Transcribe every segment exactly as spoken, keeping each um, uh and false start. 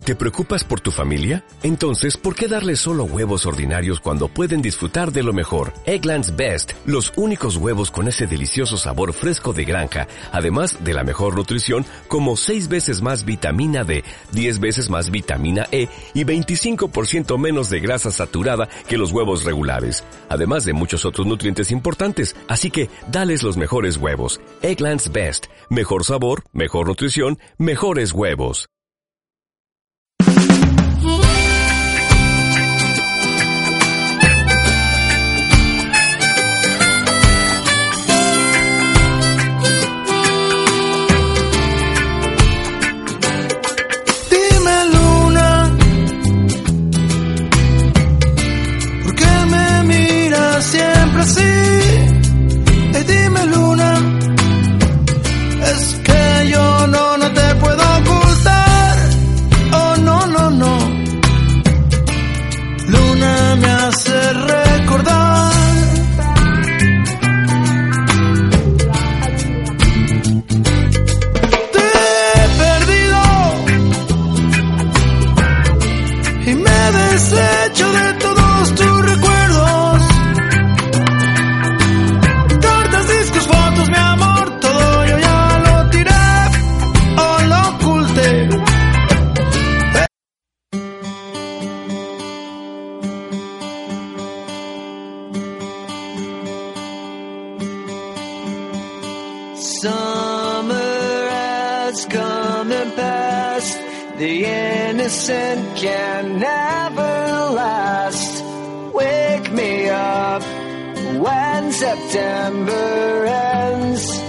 ¿Te preocupas por tu familia? Entonces, ¿por qué darles solo huevos ordinarios cuando pueden disfrutar de lo mejor? Eggland's Best, los únicos huevos con ese delicioso sabor fresco de granja, además de la mejor nutrición, como seis veces más vitamina D, diez veces más vitamina E y veinticinco por ciento menos de grasa saturada que los huevos regulares, además de muchos otros nutrientes importantes. Así que, dales los mejores huevos. Eggland's Best, mejor sabor, mejor nutrición, mejores huevos. Siempre así, y dime luna, es que yo no, no te puedo ocultar, oh no, no, no, luna me hace recordar, te he perdido y me he deshecho de todos tus recuerdos. Summer has come and passed. The innocent can never last. Wake me up when September ends.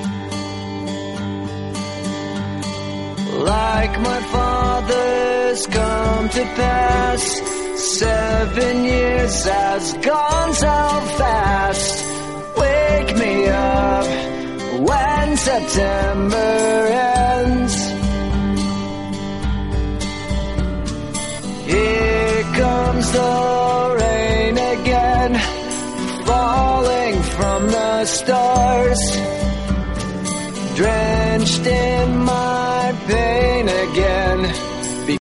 Like my father's come to pass. Seven years has gone so fast. Wake me up when September ends. Here comes the rain again, falling from the stars, drenched in my